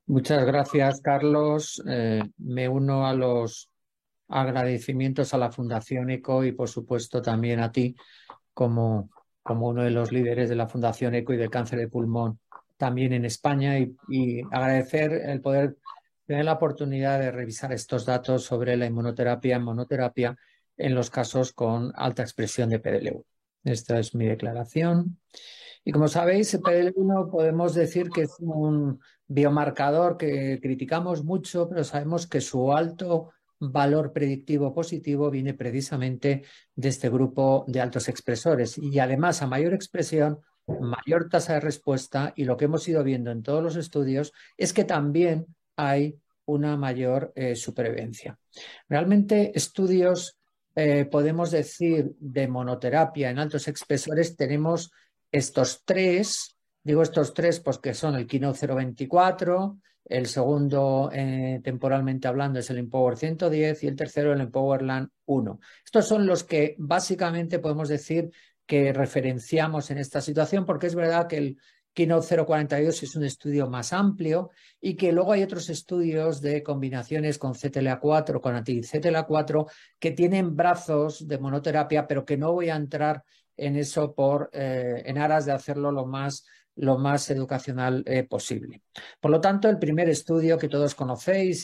Muchas gracias, Carlos. Me uno a los agradecimientos a la Fundación ECO y, por supuesto, también a ti como uno de los líderes de la Fundación ECO y del cáncer de pulmón también en España y agradecer el poder tener la oportunidad de revisar estos datos sobre la inmunoterapia en monoterapia en los casos con alta expresión de PDL1. Esta es mi declaración. Y como sabéis, el PDL1 podemos decir que es un biomarcador que criticamos mucho, pero sabemos que su alto valor predictivo positivo viene precisamente de este grupo de altos expresores. Y además, a mayor expresión, mayor tasa de respuesta, y lo que hemos ido viendo en todos los estudios es que también hay una mayor supervivencia. Realmente, estudios, podemos decir, de monoterapia en altos expresores tenemos estos tres. Digo estos tres porque son el Keynote 024, el segundo, temporalmente hablando, es el Empower 110 y el tercero, el Empowerland 1. Estos son los que básicamente podemos decir que referenciamos en esta situación, porque es verdad que el Keynote 042 es un estudio más amplio y que luego hay otros estudios de combinaciones con CTLA4, con anti-CTLA4, que tienen brazos de monoterapia, pero que no voy a entrar en eso en aras de hacerlo lo más educacional posible. Por lo tanto, el primer estudio que todos conocéis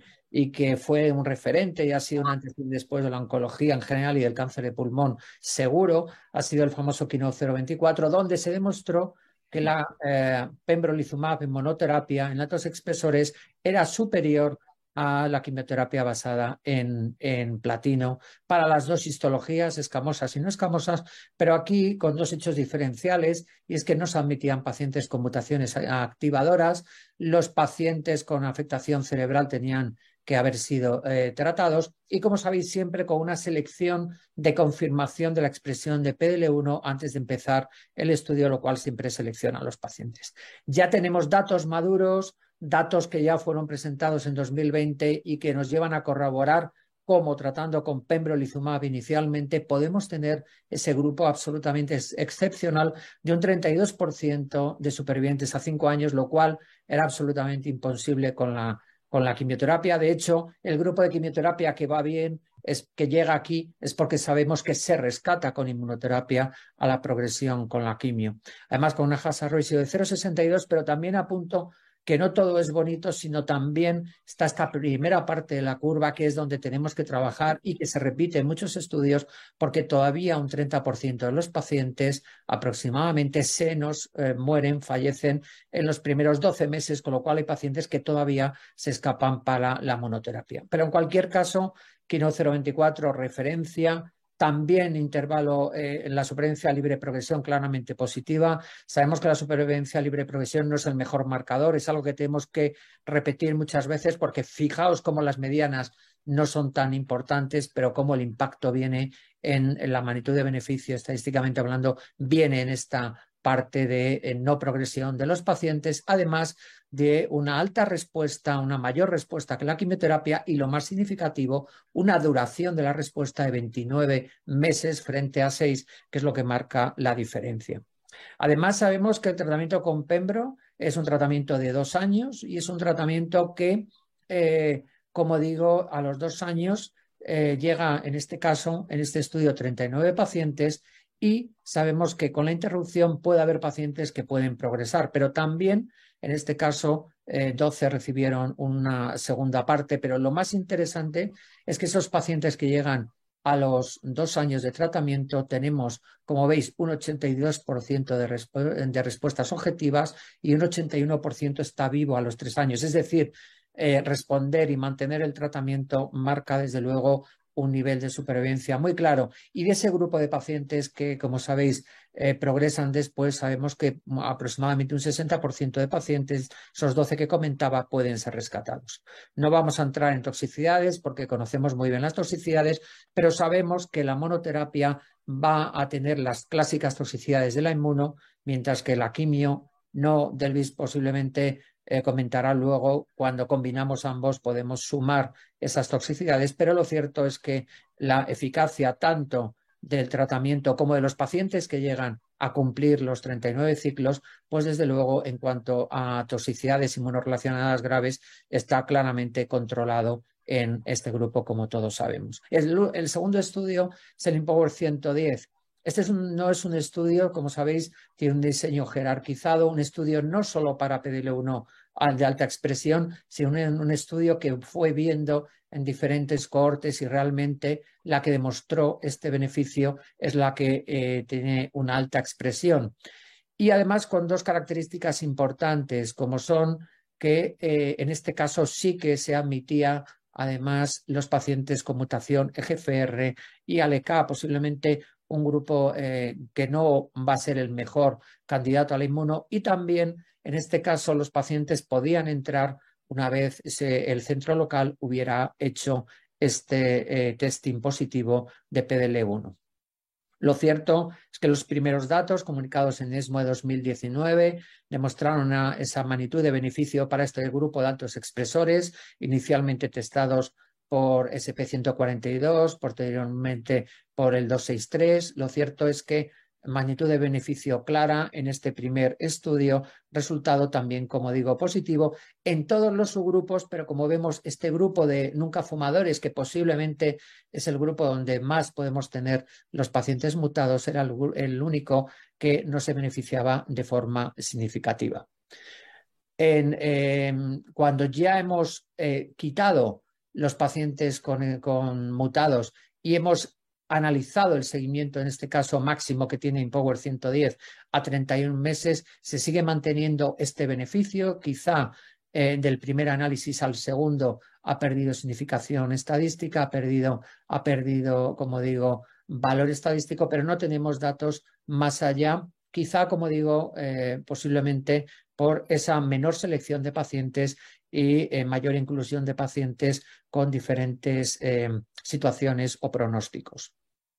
y que fue un referente y ha sido un antes y un después de la oncología en general y del cáncer de pulmón seguro, ha sido el famoso Keynote 024, donde se demostró que la pembrolizumab en monoterapia en altos expresores era superior a la quimioterapia basada en platino para las dos histologías, escamosas y no escamosas, pero aquí con dos hechos diferenciales, y es que no se admitían pacientes con mutaciones activadoras, los pacientes con afectación cerebral tenían que haber sido tratados y, como sabéis, siempre con una selección de confirmación de la expresión de PDL1 antes de empezar el estudio, lo cual siempre selecciona a los pacientes. Ya tenemos datos maduros, datos que ya fueron presentados en 2020 y que nos llevan a corroborar cómo, tratando con pembrolizumab inicialmente, podemos tener ese grupo absolutamente excepcional de un 32% de supervivientes a 5 años, lo cual era absolutamente imposible con la quimioterapia. De hecho, el grupo de quimioterapia que va bien, que llega aquí, es porque sabemos que se rescata con inmunoterapia a la progresión con la quimio. Además, con una hazard ratio de 0,62, pero también apunto que no todo es bonito, sino también está esta primera parte de la curva, que es donde tenemos que trabajar y que se repite en muchos estudios, porque todavía un 30% de los pacientes aproximadamente se nos mueren, fallecen en los primeros 12 meses, con lo cual hay pacientes que todavía se escapan para la monoterapia. Pero en cualquier caso, Keynote 024, referencia. También intervalo en la supervivencia libre de progresión claramente positiva. Sabemos que la supervivencia libre de progresión no es el mejor marcador, es algo que tenemos que repetir muchas veces porque fijaos cómo las medianas no son tan importantes, pero cómo el impacto viene en la magnitud de beneficio, estadísticamente hablando, viene en esta parte de no progresión de los pacientes, además de una alta respuesta, una mayor respuesta que la quimioterapia y, lo más significativo, una duración de la respuesta de 29 meses frente a 6, que es lo que marca la diferencia. Además, sabemos que el tratamiento con Pembro es un tratamiento de 2 años y es un tratamiento que, como digo, a los 2 años llega, en este caso, en este estudio, 39 pacientes, y sabemos que con la interrupción puede haber pacientes que pueden progresar, pero también, en este caso, 12 recibieron una segunda parte, pero lo más interesante es que esos pacientes que llegan a los 2 años de tratamiento tenemos, como veis, un 82% de respuestas objetivas y un 81% está vivo a los 3 años. Es decir, responder y mantener el tratamiento marca, desde luego, un nivel de supervivencia muy claro. Y de ese grupo de pacientes que, como sabéis, progresan después, sabemos que aproximadamente un 60% de pacientes, esos 12 que comentaba, pueden ser rescatados. No vamos a entrar en toxicidades porque conocemos muy bien las toxicidades, pero sabemos que la monoterapia va a tener las clásicas toxicidades de la inmuno, mientras que la quimio no. Delvis posiblemente comentará luego, cuando combinamos ambos podemos sumar esas toxicidades, pero lo cierto es que la eficacia tanto del tratamiento como de los pacientes que llegan a cumplir los 39 ciclos, pues desde luego en cuanto a toxicidades inmunorrelacionadas graves está claramente controlado en este grupo, como todos sabemos. El segundo estudio es el IMpower 110. Este no es un estudio, como sabéis, tiene un diseño jerarquizado, un estudio no solo para PDL1 de alta expresión, sino un estudio que fue viendo en diferentes cohortes y realmente la que demostró este beneficio es la que tiene una alta expresión. Y además con dos características importantes, como son que en este caso sí que se admitía además los pacientes con mutación EGFR y ALK, posiblemente un grupo que no va a ser el mejor candidato a la inmuno, y también en este caso los pacientes podían entrar una vez el centro local hubiera hecho este testing positivo de PDL1. Lo cierto es que los primeros datos comunicados en ESMO de 2019 demostraron esa magnitud de beneficio para este grupo de altos expresores, inicialmente testados por SP142, posteriormente por el 263. Lo cierto es que magnitud de beneficio clara en este primer estudio, resultado también, como digo, positivo en todos los subgrupos, pero como vemos, este grupo de nunca fumadores, que posiblemente es el grupo donde más podemos tener los pacientes mutados, era el único que no se beneficiaba de forma significativa. Cuando ya hemos quitado los pacientes con mutados y hemos analizado el seguimiento, en este caso máximo que tiene IMpower 110 a 31 meses, se sigue manteniendo este beneficio. Quizá del primer análisis al segundo ha perdido significación estadística, ha perdido, como digo, valor estadístico, pero no tenemos datos más allá. Quizá, como digo, posiblemente por esa menor selección de pacientes y mayor inclusión de pacientes con diferentes situaciones o pronósticos.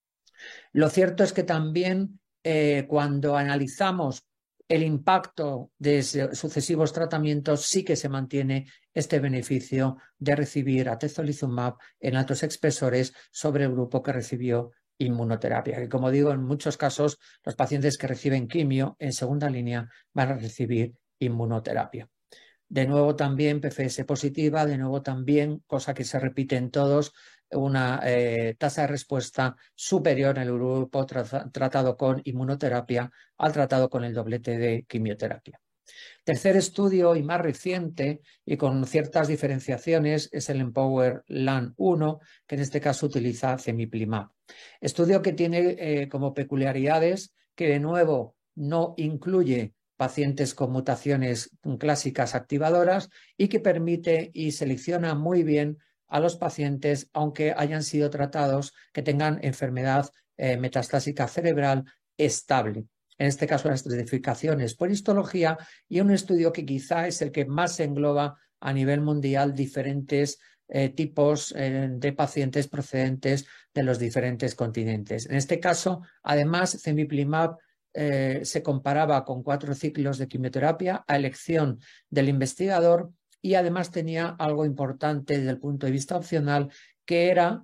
Lo cierto es que también cuando analizamos el impacto de sucesivos tratamientos, sí que se mantiene este beneficio de recibir atezolizumab en altos expresores sobre el grupo que recibió inmunoterapia, que como digo, en muchos casos los pacientes que reciben quimio en segunda línea van a recibir inmunoterapia. De nuevo también PFS positiva, de nuevo también, cosa que se repite en todos, una tasa de respuesta superior en el grupo tratado con inmunoterapia al tratado con el doblete de quimioterapia. Tercer estudio y más reciente y con ciertas diferenciaciones es el IMpower LAN-1, que en este caso utiliza cemiplimab. Estudio que tiene como peculiaridades que de nuevo no incluye pacientes con mutaciones clásicas activadoras y que permite y selecciona muy bien a los pacientes, aunque hayan sido tratados, que tengan enfermedad metastásica cerebral estable. En este caso, las estratificaciones por histología, y un estudio que quizá es el que más engloba a nivel mundial diferentes tipos de pacientes procedentes de los diferentes continentes. En este caso, además, cemiplimab se comparaba con 4 ciclos de quimioterapia a elección del investigador, y además tenía algo importante desde el punto de vista opcional, que era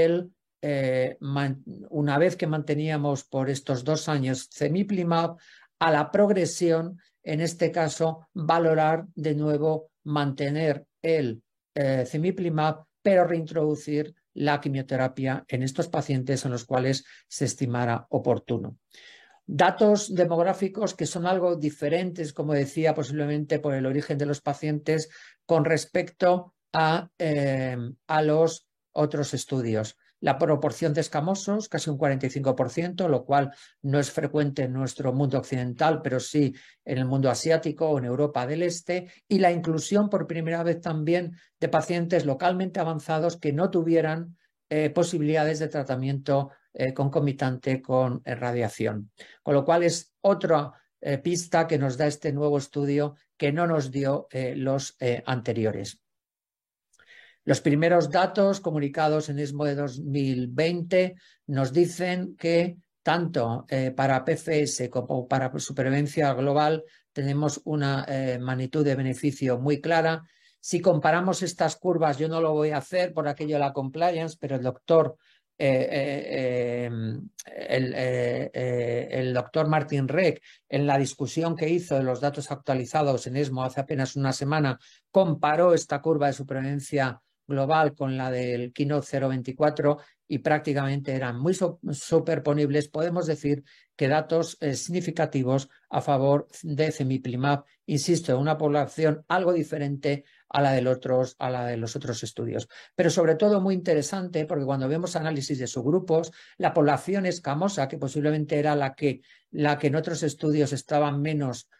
una vez que manteníamos por estos 2 años cemiplimab, a la progresión, en este caso, valorar de nuevo mantener el cemiplimab, pero reintroducir la quimioterapia en estos pacientes en los cuales se estimara oportuno. Datos demográficos que son algo diferentes, como decía, posiblemente por el origen de los pacientes con respecto a los otros estudios. La proporción de escamosos, casi un 45%, lo cual no es frecuente en nuestro mundo occidental, pero sí en el mundo asiático o en Europa del Este, y la inclusión por primera vez también de pacientes localmente avanzados que no tuvieran posibilidades de tratamiento concomitante con radiación. Con lo cual es otra pista que nos da este nuevo estudio que no nos dio los anteriores. Los primeros datos comunicados en ESMO de 2020 nos dicen que tanto para PFS como para supervivencia global tenemos una magnitud de beneficio muy clara. Si comparamos estas curvas, yo no lo voy a hacer por aquello de la compliance, pero el doctor el doctor Martin Reck, en la discusión que hizo de los datos actualizados en ESMO hace apenas una semana, comparó esta curva de supervivencia global con la del Keynote 024 y prácticamente eran muy superponibles. Podemos decir que datos significativos a favor de cemiplimab, insisto, en una población algo diferente a la de los otros estudios. Pero sobre todo muy interesante porque cuando vemos análisis de subgrupos, la población escamosa, que posiblemente era la que en otros estudios estaba menos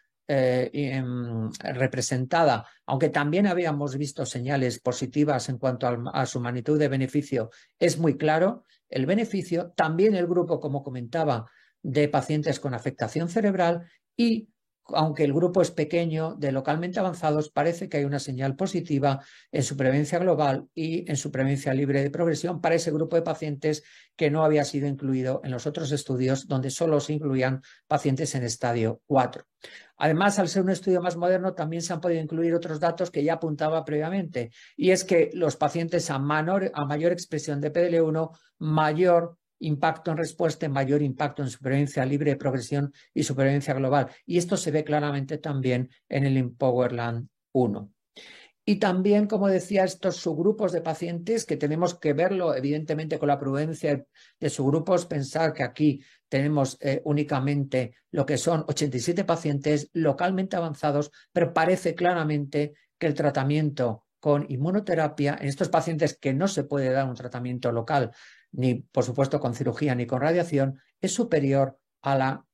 representada, aunque también habíamos visto señales positivas en cuanto a su magnitud de beneficio, es muy claro el beneficio, también el grupo, como comentaba, de pacientes con afectación cerebral y, aunque el grupo es pequeño, de localmente avanzados, parece que hay una señal positiva en supervivencia global y en supervivencia libre de progresión para ese grupo de pacientes que no había sido incluido en los otros estudios donde solo se incluían pacientes en estadio 4. Además, al ser un estudio más moderno, también se han podido incluir otros datos que ya apuntaba previamente, y es que los pacientes a mayor expresión de PDL1, mayor impacto en respuesta, mayor impacto en supervivencia libre de progresión y supervivencia global. Y esto se ve claramente también en el Empowerland 1. Y también, como decía, estos subgrupos de pacientes que tenemos que verlo, evidentemente, con la prudencia de subgrupos, pensar que aquí tenemos únicamente lo que son 87 pacientes localmente avanzados, pero parece claramente que el tratamiento con inmunoterapia en estos pacientes que no se puede dar un tratamiento local, ni por supuesto con cirugía ni con radiación, es superior a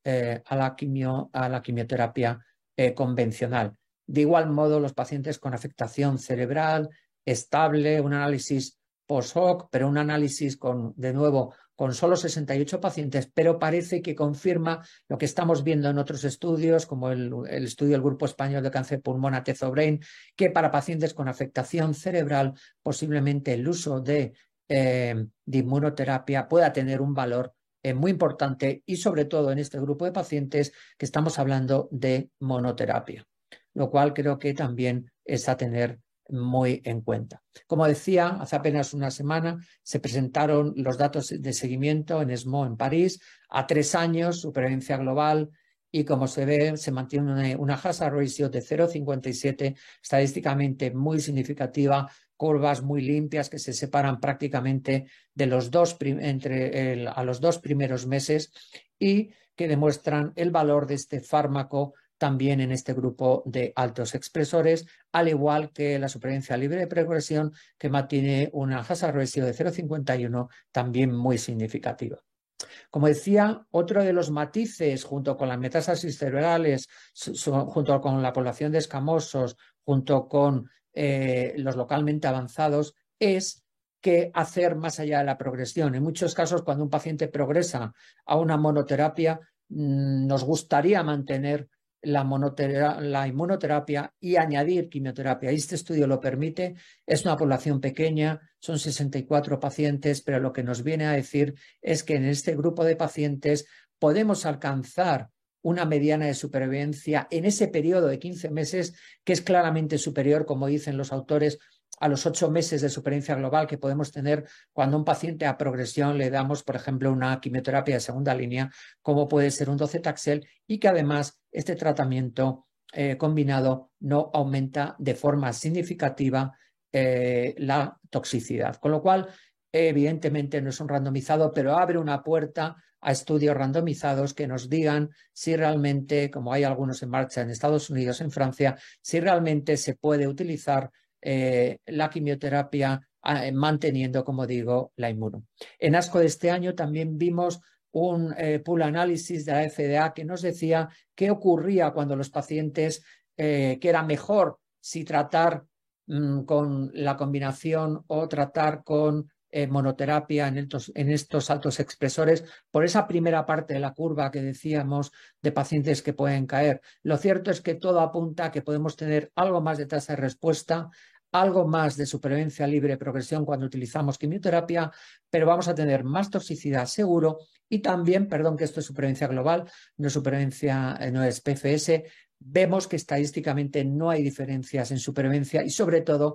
la quimioterapia convencional. De igual modo, los pacientes con afectación cerebral estable, un análisis post-hoc, pero un análisis de nuevo, con solo 68 pacientes, pero parece que confirma lo que estamos viendo en otros estudios, como el estudio del Grupo Español de Cáncer Pulmón Atezo-Brain, que para pacientes con afectación cerebral, posiblemente el uso de inmunoterapia pueda tener un valor muy importante y sobre todo en este grupo de pacientes que estamos hablando de monoterapia, lo cual creo que también es a tener muy en cuenta. Como decía, hace apenas una semana se presentaron los datos de seguimiento en ESMO en París a 3 años, supervivencia global, y como se ve, se mantiene una hazard ratio de 0,57, estadísticamente muy significativa, curvas muy limpias que se separan prácticamente de los a los 2 primeros meses y que demuestran el valor de este fármaco también en este grupo de altos expresores, al igual que la supervivencia libre de progresión, que mantiene una hazard ratio de 0,51 también muy significativa. Como decía, otro de los matices, junto con las metástasis cerebrales, junto con la población de escamosos, junto con los localmente avanzados, es que hacer más allá de la progresión. En muchos casos, cuando un paciente progresa a una monoterapia, nos gustaría mantener la inmunoterapia y añadir quimioterapia. Este estudio lo permite, es una población pequeña, son 64 pacientes, pero lo que nos viene a decir es que en este grupo de pacientes podemos alcanzar una mediana de supervivencia en ese periodo de 15 meses, que es claramente superior, como dicen los autores, a los 8 meses de supervivencia global que podemos tener cuando a un paciente a progresión le damos, por ejemplo, una quimioterapia de segunda línea, como puede ser un docetaxel, y que además este tratamiento combinado no aumenta de forma significativa la toxicidad. Con lo cual, evidentemente no es un randomizado, pero abre una puerta a estudios randomizados que nos digan si realmente, como hay algunos en marcha en Estados Unidos, en Francia, si realmente se puede utilizar la quimioterapia manteniendo, como digo, la inmuno. En ASCO de este año también vimos un pool análisis de la FDA que nos decía qué ocurría cuando los pacientes, que era mejor si tratar con la combinación o tratar con monoterapia en estos altos expresores, por esa primera parte de la curva que decíamos de pacientes que pueden caer. Lo cierto es que todo apunta a que podemos tener algo más de tasa de respuesta, algo más de supervivencia libre de progresión cuando utilizamos quimioterapia, pero vamos a tener más toxicidad seguro y también, perdón, que esto es supervivencia global, no supervivencia, no es PFS, vemos que estadísticamente no hay diferencias en supervivencia y sobre todo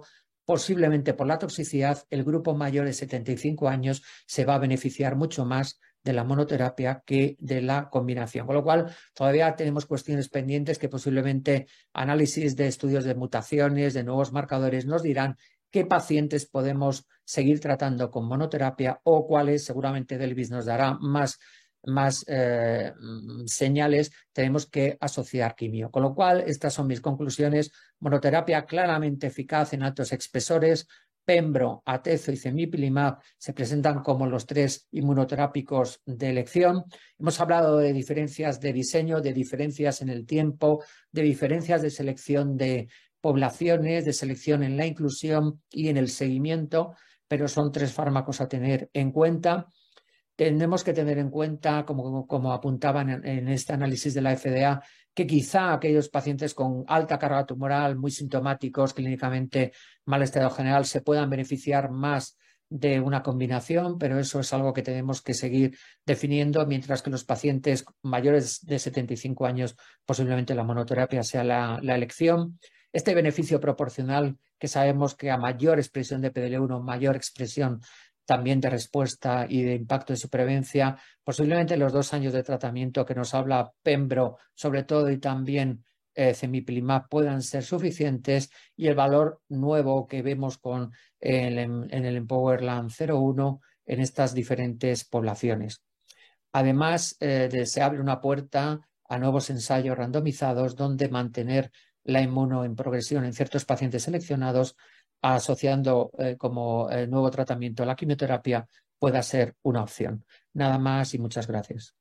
posiblemente por la toxicidad, el grupo mayor de 75 años se va a beneficiar mucho más de la monoterapia que de la combinación. Con lo cual, todavía tenemos cuestiones pendientes que posiblemente análisis de estudios de mutaciones, de nuevos marcadores, nos dirán qué pacientes podemos seguir tratando con monoterapia o cuáles, seguramente Delvis nos dará más señales, tenemos que asociar quimio. Con lo cual, estas son mis conclusiones. Monoterapia claramente eficaz en altos espesores. Pembro, Atezo y Cemipilimab se presentan como los 3 inmunoterápicos de elección. Hemos hablado de diferencias de diseño, de diferencias en el tiempo, de diferencias de selección de poblaciones, de selección en la inclusión y en el seguimiento, pero son 3 fármacos a tener en cuenta. Tenemos que tener en cuenta, como apuntaban en este análisis de la FDA, que quizá aquellos pacientes con alta carga tumoral, muy sintomáticos, clínicamente mal estado general, se puedan beneficiar más de una combinación, pero eso es algo que tenemos que seguir definiendo, mientras que los pacientes mayores de 75 años, posiblemente la monoterapia sea la elección. Este beneficio proporcional, que sabemos que a mayor expresión de PDL1, mayor expresión también de respuesta y de impacto de supervivencia, posiblemente los 2 años de tratamiento que nos habla Pembro, sobre todo, y también Cemipilimab puedan ser suficientes, y el valor nuevo que vemos en el Empowerland 01 en estas diferentes poblaciones. Además, se abre una puerta a nuevos ensayos randomizados donde mantener la inmuno en progresión en ciertos pacientes seleccionados, asociando como nuevo tratamiento a la quimioterapia, pueda ser una opción. Nada más y muchas gracias.